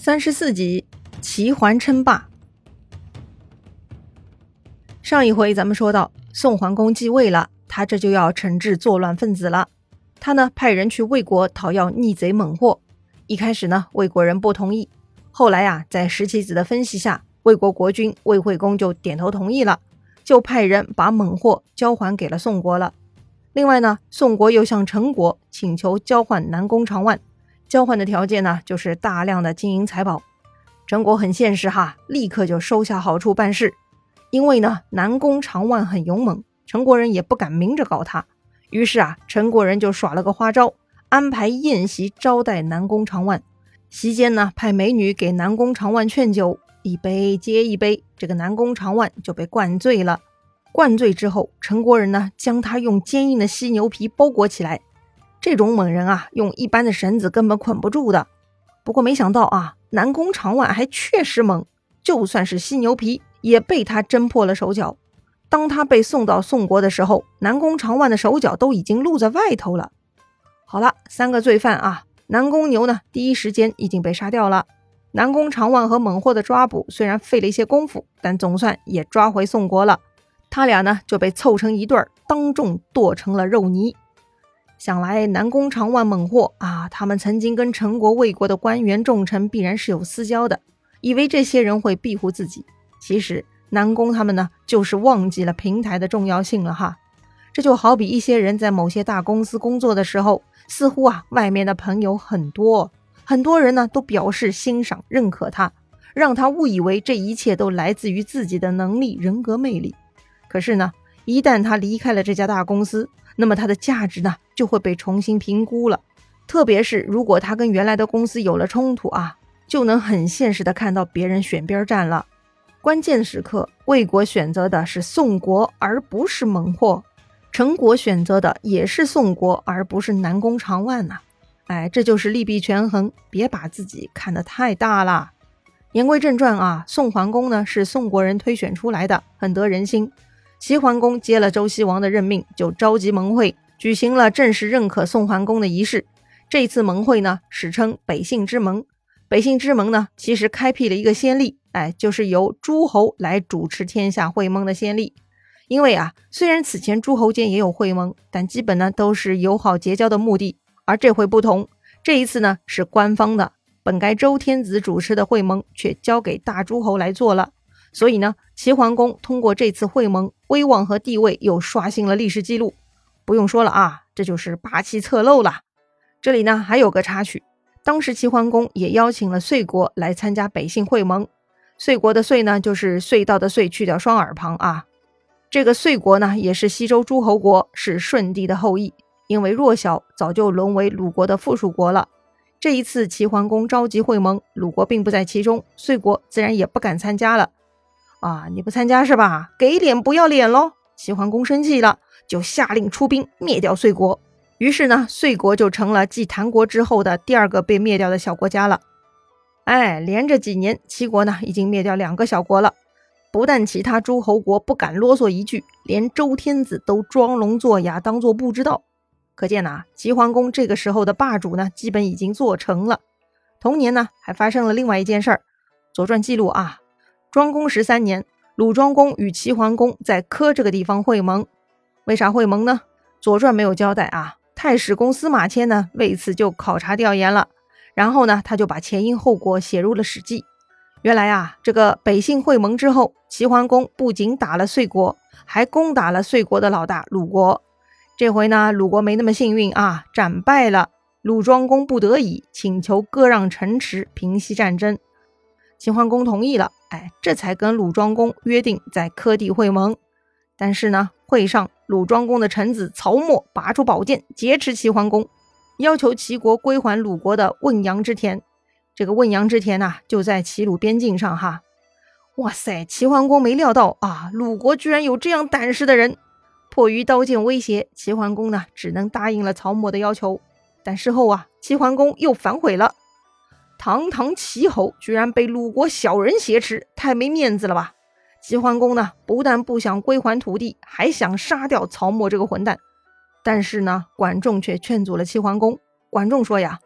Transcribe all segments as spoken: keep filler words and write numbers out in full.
三十四集，齐桓称霸。上一回咱们说到，宋桓公继位了，他这就要惩治作乱分子了。他呢派人去魏国讨要逆贼猛货，一开始呢魏国人不同意，后来啊在石棋子的分析下，魏国国君魏惠公就点头同意了，就派人把猛货交还给了宋国了。另外呢，宋国又向陈国请求交换南宫长万，交换的条件呢就是大量的金银财宝。陈国很现实哈，立刻就收下好处办事。因为呢南宫长万很勇猛，陈国人也不敢明着搞他，于是啊陈国人就耍了个花招，安排宴席招待南宫长万。席间呢派美女给南宫长万劝酒，一杯接一杯，这个南宫长万就被灌醉了。灌醉之后，陈国人呢将他用坚硬的犀牛皮包裹起来，这种猛人啊用一般的绳子根本捆不住的。不过没想到啊南宫长万还确实猛，就算是犀牛皮也被他挣破了手脚。当他被送到宋国的时候，南宫长万的手脚都已经露在外头了。好了，三个罪犯啊，南宫牛呢第一时间已经被杀掉了。南宫长万和猛货的抓捕虽然费了一些功夫，但总算也抓回宋国了。他俩呢就被凑成一对儿，当众剁成了肉泥。想来南宫长万猛货啊，他们曾经跟陈国魏国的官员重臣必然是有私交的，以为这些人会庇护自己，其实南宫他们呢就是忘记了平台的重要性了哈。这就好比一些人在某些大公司工作的时候，似乎啊外面的朋友很多，很多人呢都表示欣赏认可他，让他误以为这一切都来自于自己的能力人格魅力。可是呢一旦他离开了这家大公司，那么他的价值呢就会被重新评估了。特别是如果他跟原来的公司有了冲突啊，就能很现实的看到别人选边站了。关键时刻，魏国选择的是宋国而不是猛货，陈国选择的也是宋国而不是南宫长万呐、啊。哎，这就是利弊权衡，别把自己看得太大了。言归正传啊，宋桓公呢是宋国人推选出来的，很得人心。齐桓公接了周西王的任命，就召集盟会，举行了正式认可宋桓公的仪式。这次盟会呢史称北信之盟。北信之盟呢其实开辟了一个先例，哎，就是由诸侯来主持天下会盟的先例。因为啊虽然此前诸侯间也有会盟，但基本呢都是友好结交的目的，而这回不同，这一次呢是官方的，本该周天子主持的会盟却交给大诸侯来做了。所以呢齐桓公通过这次会盟，威望和地位又刷新了历史记录。不用说了啊，这就是霸气侧漏了。这里呢还有个插曲，当时齐桓公也邀请了遂国来参加北信会盟。遂国的遂呢就是隧道的隧，去掉双耳旁啊。这个遂国呢也是西周诸侯国，是舜帝的后裔，因为弱小早就沦为鲁国的附属国了。这一次齐桓公召集会盟，鲁国并不在其中，遂国自然也不敢参加了。啊，你不参加是吧？给脸不要脸咯。齐桓公生气了，就下令出兵灭掉遂国。于是呢遂国就成了继谭国之后的第二个被灭掉的小国家了。哎，连着几年齐国呢已经灭掉两个小国了。不但其他诸侯国不敢啰嗦一句，连周天子都装聋作哑，当作不知道。可见啊齐桓公这个时候的霸主呢基本已经做成了。同年呢还发生了另外一件事儿。左传记录啊，庄公十三年，鲁庄公与齐桓公在柯这个地方会盟。为啥会盟呢？左传没有交代啊。太史公司马迁呢为此就考察调研了，然后呢他就把前因后果写入了史记。原来啊这个北信会盟之后，齐桓公不仅打了遂国，还攻打了遂国的老大鲁国。这回呢鲁国没那么幸运啊，战败了。鲁庄公不得已请求割让城池，平息战争。齐桓公同意了，哎，这才跟鲁庄公约定在柯地会盟。但是呢会上鲁庄公的臣子曹沫拔出宝剑劫持齐桓公，要求齐国归还鲁国的汶阳之田。这个汶阳之田啊就在齐鲁边境上哈。哇塞，齐桓公没料到啊鲁国居然有这样胆识的人。迫于刀剑威胁，齐桓公呢只能答应了曹沫的要求。但事后啊齐桓公又反悔了。堂堂齐侯居然被鲁国小人挟持，太没面子了吧。齐桓公呢不但不想归还土地，还想杀掉曹沫这个混蛋。但是呢管仲却劝阻了齐桓公。管仲说呀，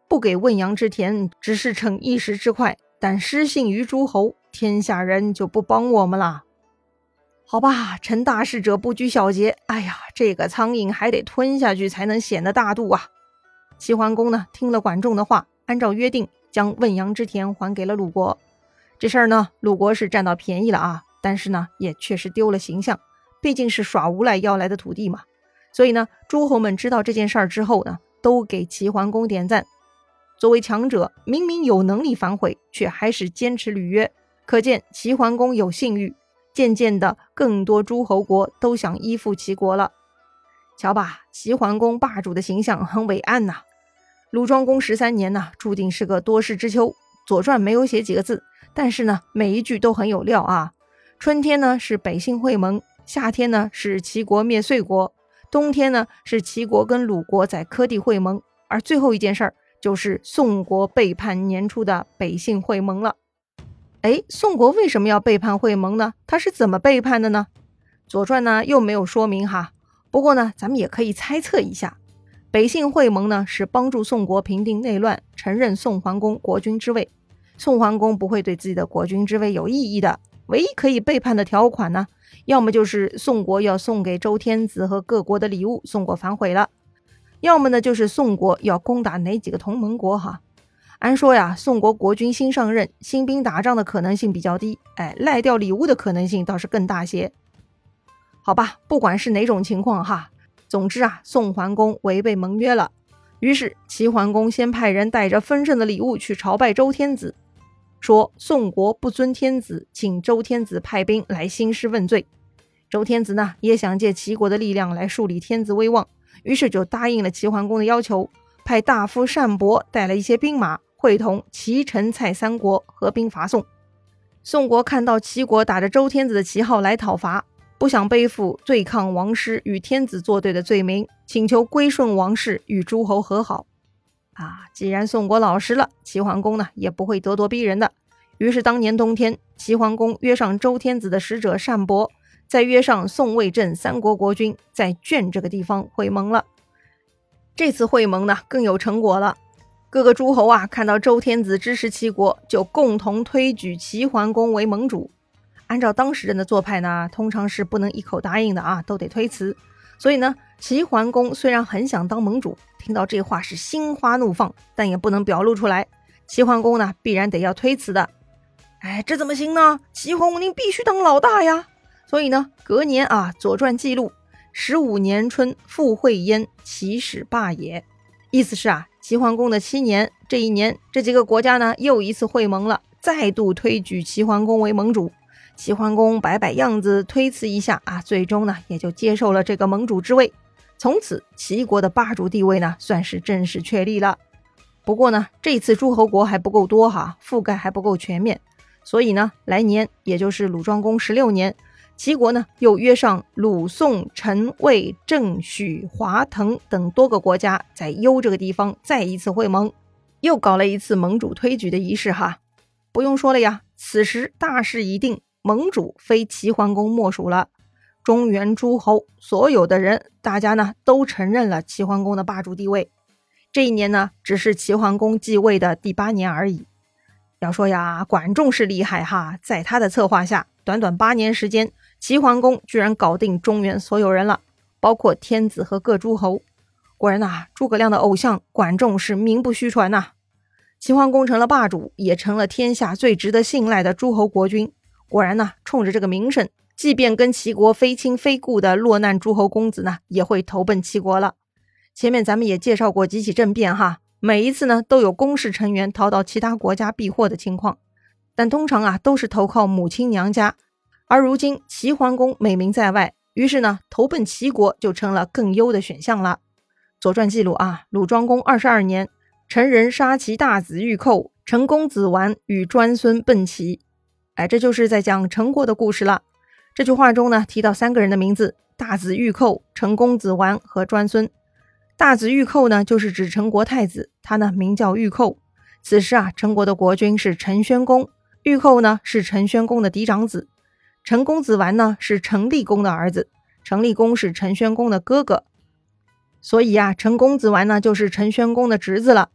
不给汶阳之田，只是逞一时之快，但失信于诸侯，天下人就不帮我们了。好吧，成大事者不拘小节，哎呀，这个苍蝇还得吞下去才能显得大度啊。齐桓公呢，听了管仲的话，按照约定将汶阳之田还给了鲁国。这事儿呢，鲁国是占到便宜了啊，但是呢，也确实丢了形象，毕竟是耍无赖要来的土地嘛。所以呢，诸侯们知道这件事儿之后呢，都给齐桓公点赞。作为强者，明明有能力反悔，却还是坚持履约，可见齐桓公有信誉。渐渐的，更多诸侯国都想依附齐国了。瞧吧，齐桓公霸主的形象很伟岸呐、啊。鲁庄公十三年呢，注定是个多事之秋。左传没有写几个字，但是呢，每一句都很有料啊。春天呢是北杏会盟，夏天呢是齐国灭遂国，冬天呢是齐国跟鲁国在柯地会盟，而最后一件事儿就是宋国背叛年初的北杏会盟了。哎，宋国为什么要背叛会盟呢？他是怎么背叛的呢？左传呢又没有说明哈。不过呢，咱们也可以猜测一下。北杏会盟呢是帮助宋国平定内乱，承认宋桓公国君之位。宋桓公不会对自己的国君之位有异议的，唯一可以背叛的条款呢，要么就是宋国要送给周天子和各国的礼物，宋国反悔了；要么呢就是宋国要攻打哪几个同盟国哈。按说呀，宋国国君新上任，新兵打仗的可能性比较低，哎，赖掉礼物的可能性倒是更大些。好吧，不管是哪种情况哈，总之啊，宋桓公违背盟约了。于是齐桓公先派人带着丰盛的礼物去朝拜周天子，说宋国不尊天子，请周天子派兵来兴师问罪。周天子呢，也想借齐国的力量来树立天子威望，于是就答应了齐桓公的要求，派大夫单伯带了一些兵马，会同齐陈蔡三国合兵伐宋。宋国看到齐国打着周天子的旗号来讨伐，不想背负对抗王师与天子作对的罪名，请求归顺王室，与诸侯和好。啊，既然宋国老实了，齐桓公呢也不会咄咄逼人的。于是当年冬天，齐桓公约上周天子的使者单伯，再约上宋魏郑三国国君，在鄄这个地方会盟了。这次会盟呢更有成果了。各个诸侯啊，看到周天子支持齐国，就共同推举齐桓公为盟主。按照当时人的做派呢，通常是不能一口答应的啊，都得推辞。所以呢，齐桓公虽然很想当盟主，听到这话是心花怒放，但也不能表露出来。齐桓公呢，必然得要推辞的。哎，这怎么行呢？齐桓公您必须当老大呀！所以呢，隔年啊，《左传》记录十五年春，复会焉，齐始霸也。意思是啊，齐桓公的七年，这一年这几个国家呢又一次会盟了，再度推举齐桓公为盟主。齐桓公摆摆样子，推辞一下啊，最终呢也就接受了这个盟主之位。从此齐国的霸主地位呢算是正式确立了。不过呢，这次诸侯国还不够多哈，覆盖还不够全面，所以呢，来年也就是鲁庄公十六年，齐国呢又约上鲁、宋、陈、魏、郑、许、华、滕等多个国家，在幽这个地方再一次会盟，又搞了一次盟主推举的仪式哈。不用说了呀，此时大势已定，盟主非齐桓公莫属了。中原诸侯所有的人，大家呢都承认了齐桓公的霸主地位。这一年呢，只是齐桓公继位的第八年而已。要说呀，管仲是厉害哈，在他的策划下，短短八年时间，齐桓公居然搞定中原所有人了，包括天子和各诸侯。果然呐，诸葛亮的偶像管仲是名不虚传呐。齐桓公成了霸主，也成了天下最值得信赖的诸侯国君。果然呢，冲着这个名声，即便跟齐国非亲非故的落难诸侯公子呢，也会投奔齐国了。前面咱们也介绍过几起政变哈，每一次呢都有宫室成员逃到其他国家避祸的情况，但通常啊都是投靠母亲娘家。而如今齐桓公美名在外，于是呢投奔齐国就成了更优的选项了。左传记录啊，鲁庄公二十二年，陈人杀其大子玉寇，陈公子完与专孙奔齐。哎，这就是在讲陈国的故事了。这句话中呢提到三个人的名字，大子玉寇、陈公子完和专孙。大子玉寇呢就是指陈国太子，他呢名叫玉寇。此时啊，陈国的国君是陈宣公，玉寇呢是陈宣公的嫡长子。陈公子完呢是陈立公的儿子，陈立公是陈宣公的哥哥。所以啊，陈公子完呢就是陈宣公的侄子了。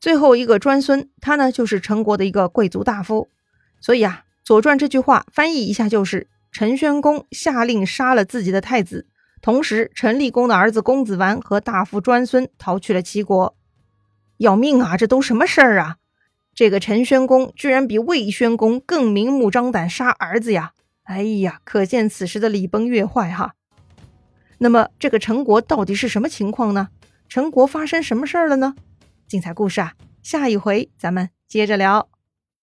最后一个专孙，他呢就是陈国的一个贵族大夫。所以啊，《左传》这句话翻译一下就是陈宣公下令杀了自己的太子，同时陈立公的儿子公子完和大夫专孙逃去了齐国。要命啊，这都什么事儿啊？这个陈宣公居然比魏宣公更明目张胆杀儿子呀！哎呀，可见此时的礼崩乐坏哈。那么这个陈国到底是什么情况呢？陈国发生什么事儿了呢？精彩故事啊，下一回咱们接着聊。